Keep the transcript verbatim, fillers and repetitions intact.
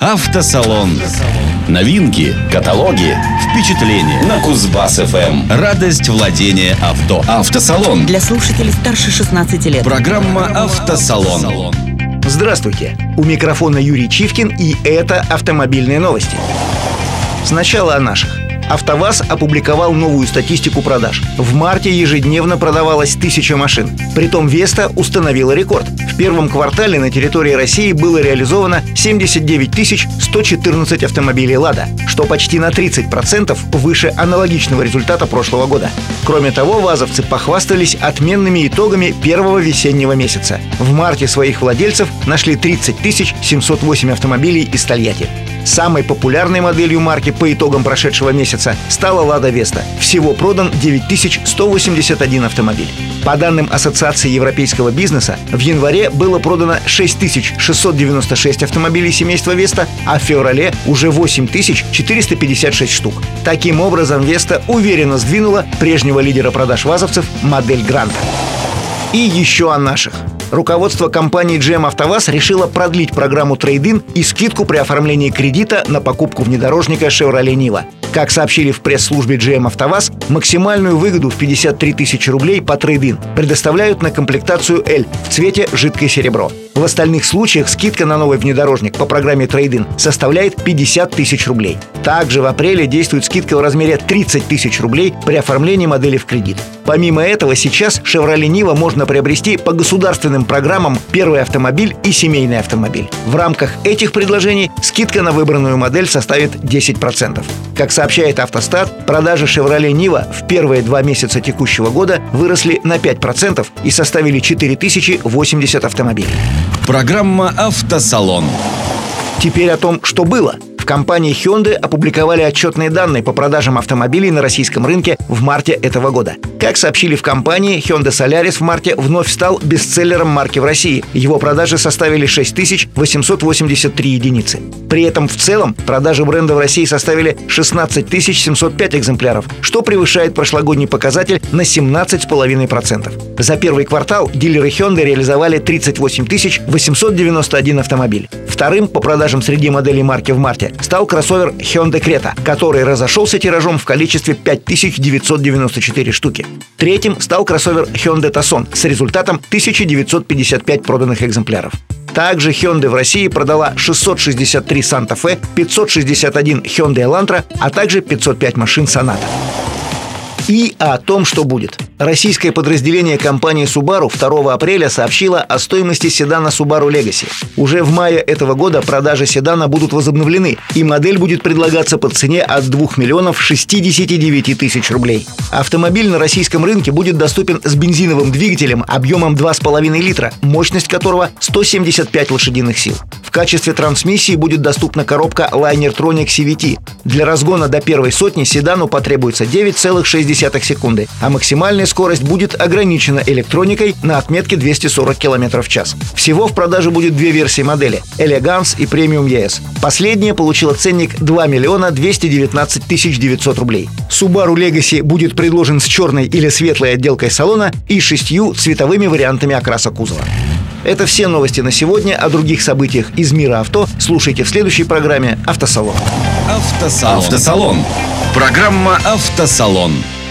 Автосалон. Новинки, каталоги, впечатления на Кузбасс-ФМ. Радость владения авто. Автосалон. Для слушателей старше шестнадцати лет. Программа «Автосалон». Здравствуйте! У микрофона Юрий Чивкин, и это автомобильные новости. Сначала о наших. АвтоВАЗ опубликовал новую статистику продаж. В марте ежедневно продавалось тысяча машин. Притом Веста установила рекорд. В первом квартале на территории России было реализовано семьдесят девять тысяч сто четырнадцать автомобилей «Лада», что почти на тридцать процентов выше аналогичного результата прошлого года. Кроме того, вазовцы похвастались отменными итогами первого весеннего месяца. В марте своих владельцев нашли тридцать тысяч семьсот восемь автомобилей из Тольятти. Самой популярной моделью марки по итогам прошедшего месяца стала «Лада Веста». Всего продан девять тысяч сто восемьдесят один автомобиль. По данным Ассоциации европейского бизнеса, в январе было продано шесть тысяч шестьсот девяносто шесть автомобилей семейства Веста, а в феврале уже восемь тысяч четыреста пятьдесят шесть штук. Таким образом, Веста уверенно сдвинула прежнего лидера продаж вазовцев модель Гранта. И еще о наших. Руководство компании джи эм «АвтоВАЗ» решило продлить программу трейд-ин и скидку при оформлении кредита на покупку внедорожника Chevrolet Niva. Как сообщили в пресс-службе джи эм «АвтоВАЗ», максимальную выгоду в пятьдесят три тысячи рублей по трейд-ин предоставляют на комплектацию L в цвете жидкое серебро. В остальных случаях скидка на новый внедорожник по программе трейд-ин составляет пятьдесят тысяч рублей. Также в апреле действует скидка в размере тридцать тысяч рублей при оформлении модели в кредит. Помимо этого, сейчас Chevrolet Niva можно приобрести по государственным программам «Первый автомобиль» и «Семейный автомобиль». В рамках этих предложений скидка на выбранную модель составит десять процентов. Как сообщает «Автостат», продажи Chevrolet Niva в первые два месяца текущего года выросли на пять процентов и составили четыре тысячи восемьдесят автомобилей. Программа «Автосалон». Теперь о том, что было. В компании Hyundai опубликовали отчетные данные по продажам автомобилей на российском рынке в марте этого года. Как сообщили в компании, Hyundai Solaris в марте вновь стал бестселлером марки в России. Его продажи составили шесть тысяч восемьсот восемьдесят три единицы. При этом в целом продажи бренда в России составили шестнадцать тысяч семьсот пять экземпляров, что превышает прошлогодний показатель на семнадцать целых пять десятых процента. За первый квартал дилеры Hyundai реализовали тридцать восемь тысяч восемьсот девяносто один автомобиль. Вторым по продажам среди моделей марки в марте стал кроссовер Hyundai Creta, который разошелся тиражом в количестве пять тысяч девятьсот девяносто четыре штуки. Третьим стал кроссовер Hyundai Tucson с результатом тысяча девятьсот пятьдесят пять проданных экземпляров. Также Hyundai в России продала шестьсот шестьдесят три Santa Fe, пятьсот шестьдесят один Hyundai Elantra, а также пятьсот пять машин Sonata. И о том, что будет. Российское подразделение компании Subaru второго апреля сообщило о стоимости седана Subaru Legacy. Уже в мае этого года продажи седана будут возобновлены, и модель будет предлагаться по цене от двух миллионов шестидесяти девяти тысяч рублей. Автомобиль на российском рынке будет доступен с бензиновым двигателем объемом два с половиной литра, мощность которого сто семьдесят пять лошадиных сил. В качестве трансмиссии будет доступна коробка Linertronic си ви ти. Для разгона до первой сотни седану потребуется девять целых шесть десятых секунды, а максимальная скорость будет ограничена электроникой на отметке двести сорок километров в час. Всего в продаже будет две версии модели – Elegance и Premium и эс. Последняя получила ценник два миллиона двести девятнадцать тысяч девятьсот рублей. Subaru Legacy будет предложен с черной или светлой отделкой салона и шестью цветовыми вариантами окраса кузова. Это все новости на сегодня. О других событиях из мира авто слушайте в следующей программе «Автосалон». Автосалон. Автосалон. Программа «Автосалон».